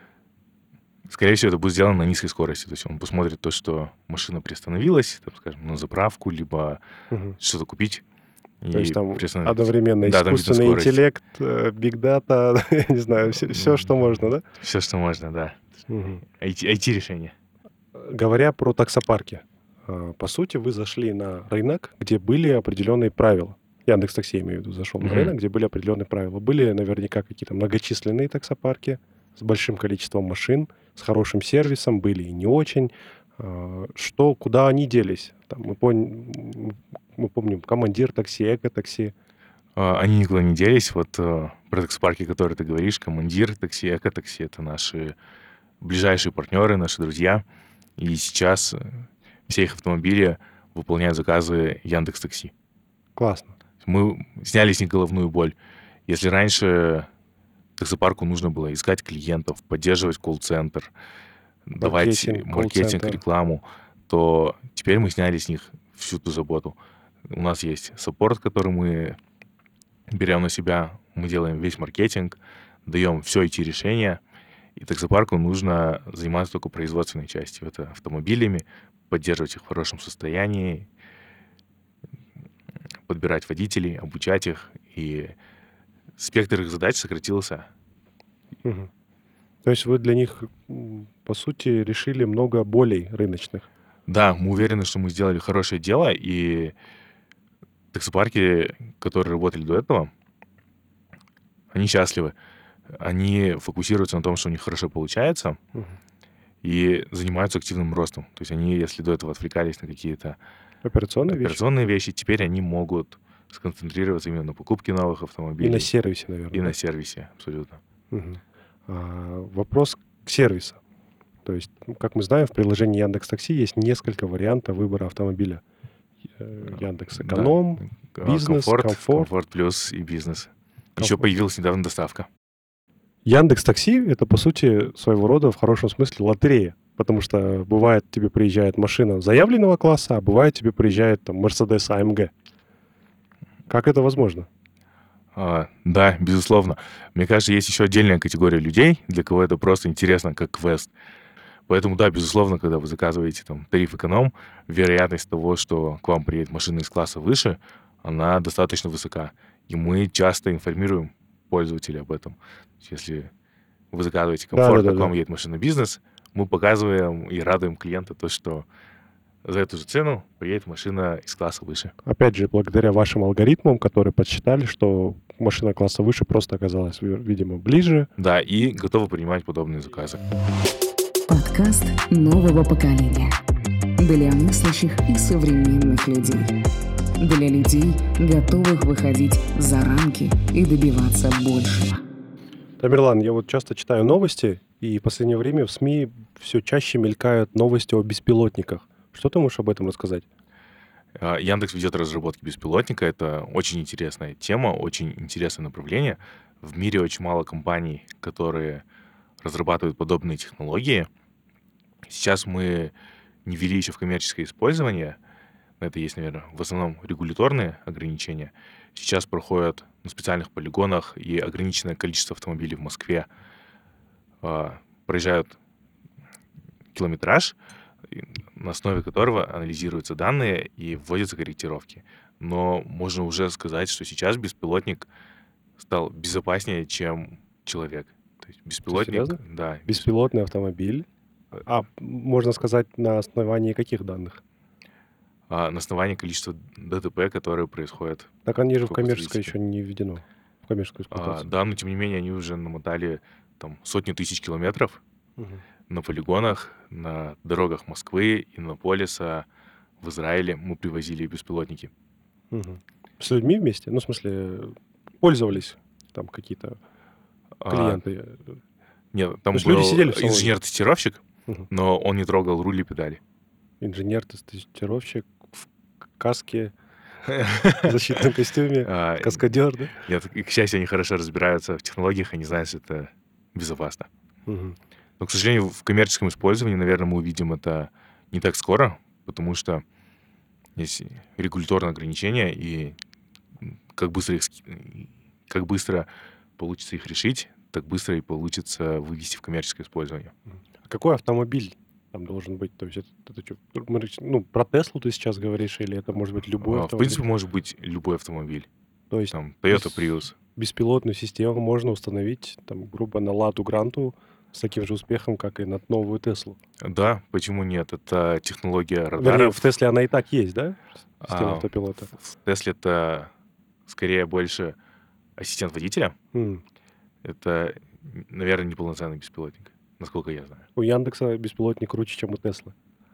Speaker 3: скорее всего, это будет сделано на низкой скорости. То есть он посмотрит то, что машина приостановилась, там, скажем, на заправку, либо
Speaker 1: Мгм.
Speaker 3: что-то купить.
Speaker 1: То есть
Speaker 3: И
Speaker 1: там
Speaker 3: приостановить.
Speaker 1: одновременно
Speaker 3: Да, там видно
Speaker 1: искусственный
Speaker 3: скорость.
Speaker 1: интеллект, биг дата, я не знаю, все, что можно, да?
Speaker 3: Все, что можно, да.
Speaker 1: Мгм.
Speaker 3: ай ти-решение.
Speaker 1: Говоря про таксопарки, а, по сути, вы зашли на рынок, где были определенные правила. Яндекс.Такси, я имею в виду, зашел на
Speaker 3: Мгм.
Speaker 1: рынок, где были определенные правила. Были наверняка какие-то многочисленные таксопарки с большим количеством машин, с хорошим сервисом, были и не очень. А, Что, куда они делись? Там, мы, пон- мы помним командир такси, эко-такси.
Speaker 3: А, Они никуда не делись. Вот э, про таксопарки, которые ты говоришь, командир такси, эко-такси — это наши ближайшие партнеры, наши друзья. И сейчас э, все их автомобили выполняют заказы Яндекс.Такси.
Speaker 1: Классно.
Speaker 3: Мы сняли с них головную боль. Если раньше таксопарку нужно было искать клиентов, поддерживать колл-центр, давать
Speaker 1: Маркетинг,
Speaker 3: маркетинг,
Speaker 1: колл-центр.
Speaker 3: рекламу, то теперь мы сняли с них всю ту заботу. У нас есть саппорт, который мы берем на себя, мы делаем весь маркетинг, даем все ай ти-решения, и таксопарку нужно заниматься только производственной частью. Это автомобилями, поддерживать их в хорошем состоянии, подбирать водителей, обучать их, и спектр их задач сократился.
Speaker 1: Мгм. То есть вы для них, м, по сути, решили много болей рыночных.
Speaker 3: Да, мы уверены, что мы сделали хорошее дело, и таксопарки, которые работали до этого, они счастливы. Они фокусируются на том, что у них хорошо получается,
Speaker 1: Мгм.
Speaker 3: и занимаются активным ростом. То есть они, если до этого отвлекались на какие-то
Speaker 1: Операционные вещи
Speaker 3: операционные вещи, теперь они могут сконцентрироваться именно на покупке новых
Speaker 1: и на
Speaker 3: автомобилей
Speaker 1: сервисе,
Speaker 3: и
Speaker 1: наверное,
Speaker 3: на
Speaker 1: да?
Speaker 3: сервисе, абсолютно.
Speaker 1: Мгм. А, вопрос к сервису. То есть, ну, как мы знаем, в приложении Яндекс.Такси есть несколько вариантов выбора автомобиля. Э, Яндекс
Speaker 3: Да,
Speaker 1: Эконом,
Speaker 3: а,
Speaker 1: бизнес,
Speaker 3: комфорт,
Speaker 1: комфорт,
Speaker 3: комфорт плюс и бизнес. Еще
Speaker 1: комфорт.
Speaker 3: появилась недавно доставка.
Speaker 1: Яндекс.Такси — это, по сути, своего рода, в хорошем смысле, лотерея. Потому что бывает, тебе приезжает машина заявленного класса, а бывает, тебе приезжает там Mercedes а эм гэ. Как это возможно?
Speaker 3: А, да, безусловно. Мне кажется, есть еще отдельная категория людей, для кого это просто интересно, как квест. Поэтому, да, безусловно, когда вы заказываете там тариф эконом, вероятность того, что к вам приедет машина из класса выше, она достаточно высока. И мы часто информируем пользователей об этом. То есть если вы заказываете комфорт, а к вам
Speaker 1: Да-да-да-да.
Speaker 3: едет машина бизнес, мы показываем и радуем клиента то, что за эту же цену приедет машина из класса выше.
Speaker 1: Опять же, благодаря вашим алгоритмам, которые подсчитали, что машина класса выше просто оказалась, ви- видимо, ближе.
Speaker 3: Да, и готовы принимать подобные заказы.
Speaker 2: Подкаст нового поколения. Для мыслящих и современных людей. Для людей, готовых выходить за рамки и добиваться большего.
Speaker 1: Тамерлан, я вот часто читаю новости, и в последнее время в СМИ все чаще мелькают новости о беспилотниках. Что ты можешь об этом рассказать?
Speaker 3: А, Яндекс ведет разработки беспилотника. Это очень интересная тема, очень интересное направление. В мире очень мало компаний, которые разрабатывают подобные технологии. Сейчас мы не ввели еще в коммерческое использование. На это есть, наверное, в основном регуляторные ограничения. Сейчас проходят на специальных полигонах, и ограниченное количество автомобилей в Москве а, проезжают километраж, и на основе которого анализируются данные и вводятся корректировки. Но можно уже сказать, что сейчас беспилотник стал безопаснее, чем человек. То есть
Speaker 1: Ты
Speaker 3: беспилотник,
Speaker 1: серьезно?
Speaker 3: да, без-
Speaker 1: Беспилотный автомобиль.
Speaker 3: э,
Speaker 1: А м, можно сказать, на основании каких данных?
Speaker 3: а, на основании количества ДТП, которые происходят
Speaker 1: Так они же в
Speaker 3: по
Speaker 1: коммерческое
Speaker 3: статистике.
Speaker 1: еще не введено. В коммерческую
Speaker 3: А,
Speaker 1: эксплуатацию.
Speaker 3: да, но тем не менее они уже намотали там сотни тысяч километров
Speaker 1: Мгм.
Speaker 3: на полигонах, на дорогах Москвы, Иннополиса, в Израиле мы привозили беспилотники.
Speaker 1: Мгм. С людьми вместе? Ну, в смысле, пользовались там какие-то
Speaker 3: А,
Speaker 1: клиенты? э,
Speaker 3: Нет,
Speaker 1: То
Speaker 3: там
Speaker 1: есть люди
Speaker 3: был
Speaker 1: сидели в салоне?
Speaker 3: инженер-тестировщик,
Speaker 1: Мгм.
Speaker 3: но он не трогал руль и педали.
Speaker 1: Инженер-тестировщик в к- каске, защитном костюме,
Speaker 3: А,
Speaker 1: каскадер, да?
Speaker 3: Нет, и, к счастью, они хорошо разбираются в технологиях, они знают, что это безопасно.
Speaker 1: Мгм.
Speaker 3: Но, к сожалению, в коммерческом использовании, наверное, мы увидим это не так скоро, потому что есть регуляторные ограничения, и м, как быстро, их, ски- как быстро получится их решить, так быстро и получится вывести в коммерческое использование.
Speaker 1: Мгм. А какой автомобиль там должен быть? То есть это, это чё, мы речь- ну, про Теслу ты сейчас говоришь, или это может быть любой
Speaker 3: А, В
Speaker 1: автомобиль?
Speaker 3: принципе, может быть любой автомобиль.
Speaker 1: То есть
Speaker 3: Там Toyota
Speaker 1: бес-
Speaker 3: Prius.
Speaker 1: беспилотную систему можно установить, там, грубо, на Ладу Гранту с таким же успехом, как и на новую Теслу.
Speaker 3: Да, почему нет? Это технология
Speaker 1: Вернее,
Speaker 3: радаров.
Speaker 1: в Тесле она и так есть, да? Система
Speaker 3: А,
Speaker 1: автопилота.
Speaker 3: в в Тесле это скорее больше ассистент водителя.
Speaker 1: М.
Speaker 3: Это, наверное, неполноценный беспилотник, насколько я знаю.
Speaker 1: У Яндекса беспилотник круче, чем у Теслы.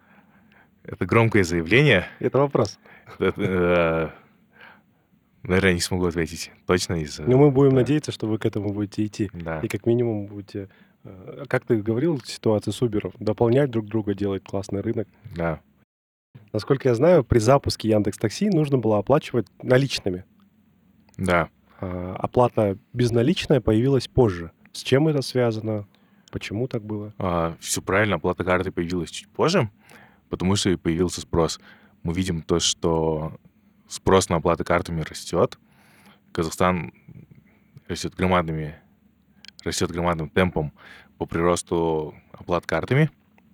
Speaker 3: Это громкое заявление.
Speaker 1: Это вопрос.
Speaker 3: Это, э, наверное, не смогу ответить точно из-за...
Speaker 1: Но мы будем
Speaker 3: да,
Speaker 1: надеяться, что вы к этому будете идти.
Speaker 3: да,
Speaker 1: И как минимум будете, э, как ты говорил, ситуация с Uber, дополнять друг друга, делать классный рынок.
Speaker 3: да.
Speaker 1: Насколько я знаю, при запуске Яндекс.Такси нужно было оплачивать наличными.
Speaker 3: Да.
Speaker 1: А оплата безналичная появилась позже. С чем это связано? Почему так было?
Speaker 3: Все правильно, оплата карты появилась чуть позже, потому что и появился спрос. Мы видим то, что спрос на оплату картами растет. Казахстан растет громадными растет громадным темпом по приросту оплат картами.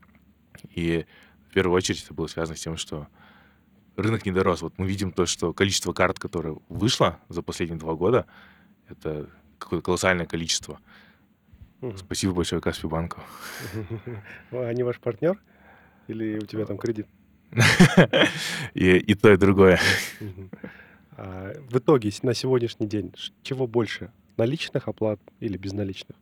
Speaker 3: И в первую очередь это было связано с тем, что рынок не дорос. Вот мы видим то, что количество карт, которое вышло за последние два года, это какое-то колоссальное количество.
Speaker 1: Мгм.
Speaker 3: Спасибо большое Каспийбанку.
Speaker 1: Они ваш партнер? Или у тебя там кредит?
Speaker 3: И, и то, и другое.
Speaker 1: Мгм. А в итоге с- на сегодняшний день ш- чего больше? Наличных оплат или безналичных?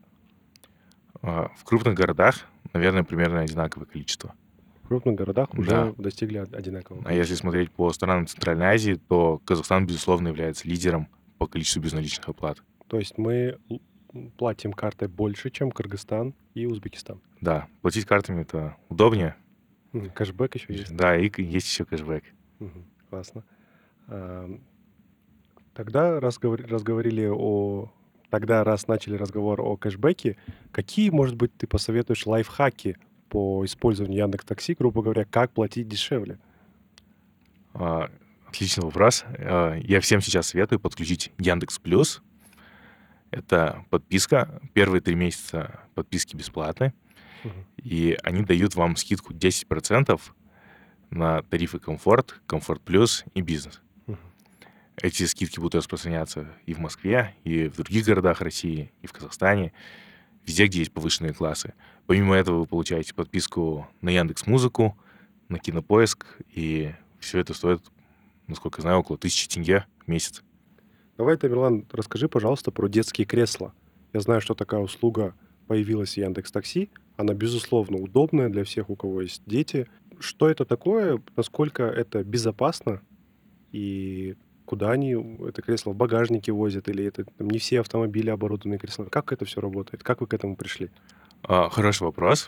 Speaker 3: А, В крупных городах, наверное, примерно одинаковое количество.
Speaker 1: В крупных городах
Speaker 3: Да.
Speaker 1: уже достигли од- одинакового
Speaker 3: А если
Speaker 1: количества.
Speaker 3: смотреть по странам Центральной Азии, то Казахстан, безусловно, является лидером по количеству безналичных оплат.
Speaker 1: То есть мы л- м, платим картой больше, чем Кыргызстан и Узбекистан.
Speaker 3: Да, платить картами это удобнее.
Speaker 1: М, Кэшбэк еще есть.
Speaker 3: Да, и к- есть еще кэшбэк.
Speaker 1: Мгм. Классно. Ам, Тогда раз говори- разговорили о... Тогда раз начали разговор о кэшбэке, какие, может быть, ты посоветуешь лайфхаки по использованию Яндекс.Такси, грубо говоря, как платить дешевле?
Speaker 3: А, Отличный вопрос. А, Я всем сейчас советую подключить Яндекс Плюс. Это подписка. Первые три месяца подписки бесплатны.
Speaker 1: Мгм.
Speaker 3: И они дают вам скидку десять процентов на тарифы Комфорт, Комфорт Плюс и Бизнес.
Speaker 1: Мгм.
Speaker 3: Эти скидки будут распространяться и в Москве, и в других городах России, и в Казахстане, везде, где есть повышенные классы. Помимо этого вы получаете подписку на Яндекс.Музыку, на Кинопоиск, и все это стоит, насколько я знаю, около тысячи тенге в месяц.
Speaker 1: Давай, Тамерлан, расскажи, пожалуйста, про детские кресла. Я знаю, что такая услуга появилась в Яндекс.Такси. Она, безусловно, удобная для всех, у кого есть дети. Что это такое? Насколько это безопасно? И куда они это кресло в багажнике возят? Или это там, не все автомобили оборудованы креслами? Как это все работает? Как вы к этому пришли?
Speaker 3: А, Хороший вопрос.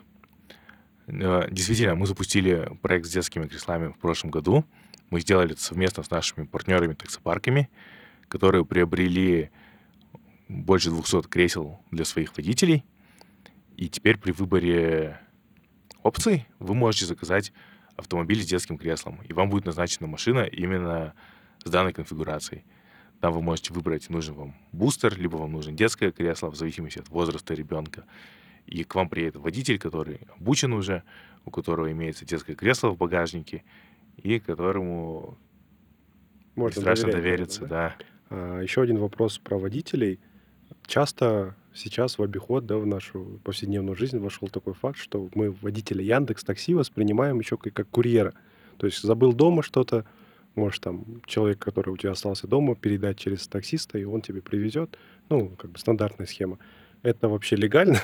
Speaker 3: Э, Действительно, мы запустили проект с детскими креслами в прошлом году. Мы сделали это совместно с нашими партнерами-таксопарками, которые приобрели больше двухсот кресел для своих водителей. И теперь при выборе опций вы можете заказать автомобиль с детским креслом, и вам будет назначена машина именно с данной конфигурацией. Там вы можете выбрать нужный вам бустер, либо вам нужно детское кресло, в зависимости от возраста ребенка. И к вам приедет водитель, который обучен уже, у которого имеется детское кресло в багажнике, и которому не
Speaker 1: Можно
Speaker 3: страшно
Speaker 1: доверять, наверное,
Speaker 3: довериться,
Speaker 1: да?
Speaker 3: да.
Speaker 1: А, еще один вопрос про водителей. Часто сейчас в обиход, да, в нашу повседневную жизнь вошел такой факт, что мы водителя Яндекс.Такси воспринимаем еще как, как курьера. То есть забыл дома что-то, можешь там человек, который у тебя остался дома, передать через таксиста, и он тебе привезет. Ну, как бы стандартная схема. Это вообще легально?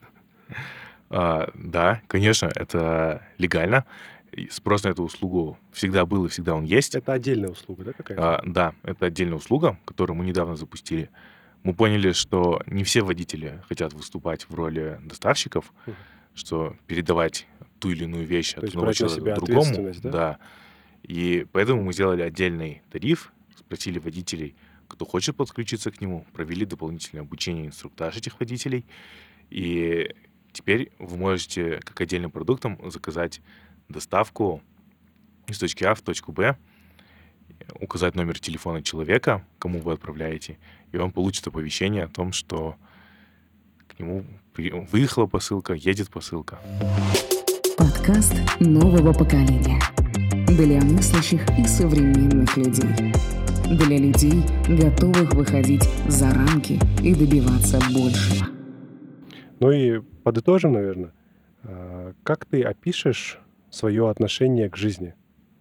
Speaker 3: А, да, конечно, это легально. И спрос на эту услугу всегда был и всегда он есть.
Speaker 1: Это отдельная услуга, да, какая-то?
Speaker 3: А, да, это отдельная услуга, которую мы недавно запустили. Мы поняли, что не все водители хотят выступать в роли доставщиков,
Speaker 1: Мгм.
Speaker 3: что передавать ту или иную вещь
Speaker 1: То
Speaker 3: от
Speaker 1: есть
Speaker 3: одного
Speaker 1: брать на
Speaker 3: человека
Speaker 1: себя
Speaker 3: к другому.
Speaker 1: ответственность, да?
Speaker 3: Да. И поэтому мы сделали отдельный тариф, спросили водителей, кто хочет подключиться к нему, провели дополнительное обучение, инструктаж этих водителей. И теперь вы можете как отдельным продуктом заказать доставку из точки А в точку Б, указать номер телефона человека, кому вы отправляете, и он получит оповещение о том, что к нему при- выехала посылка, едет посылка.
Speaker 2: Подкаст нового поколения. Для мыслящих и современных людей. Для людей, готовых выходить за рамки и добиваться большего.
Speaker 1: Ну и подытожим, наверное. А, Как ты опишешь свое отношение к жизни?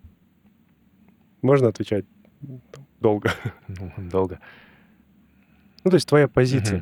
Speaker 1: Можно отвечать м, там, долго.
Speaker 3: Ну, долго.
Speaker 1: Ну, то есть твоя позиция.
Speaker 3: Мгм.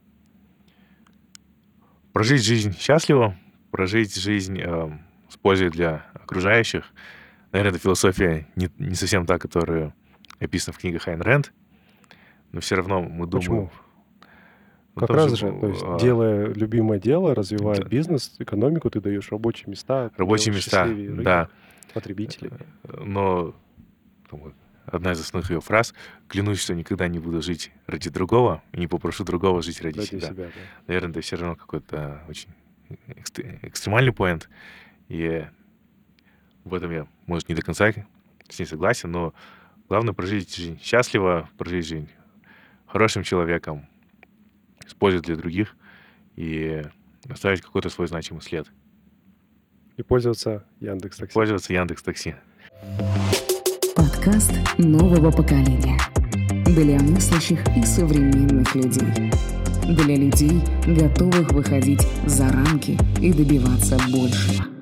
Speaker 3: Прожить жизнь счастливо, прожить жизнь эм, с пользой для окружающих. Наверное, эта философия не, не совсем та, которая описана в книгах Айн Рэнд, но все равно мы думаем...
Speaker 1: Почему?
Speaker 3: ну,
Speaker 1: Как
Speaker 3: там
Speaker 1: раз
Speaker 3: же,
Speaker 1: же, то есть
Speaker 3: а,
Speaker 1: делая любимое дело, развивая
Speaker 3: да,
Speaker 1: бизнес, экономику, ты даешь рабочие места, ты
Speaker 3: рабочие
Speaker 1: делаешь
Speaker 3: места,
Speaker 1: счастливее рынок,
Speaker 3: да.
Speaker 1: потребителей.
Speaker 3: Э, Но там вот одна из основных ее фраз: «Клянусь, что никогда не буду жить ради другого и не попрошу другого жить ради
Speaker 1: Ради
Speaker 3: себя».
Speaker 1: себя, да.
Speaker 3: Наверное, это все равно какой-то очень экст- экстремальный поинт. И в этом я, может, не до конца с ней согласен, но главное прожить жизнь счастливо, прожить жизнь хорошим человеком, с пользой для других. и оставить какой-то свой значимый след.
Speaker 1: И пользоваться Яндекс.Такси.
Speaker 3: Пользоваться Яндекс.Такси.
Speaker 2: Подкаст нового поколения. Для мыслящих и современных людей. Для людей, готовых выходить за рамки и добиваться большего.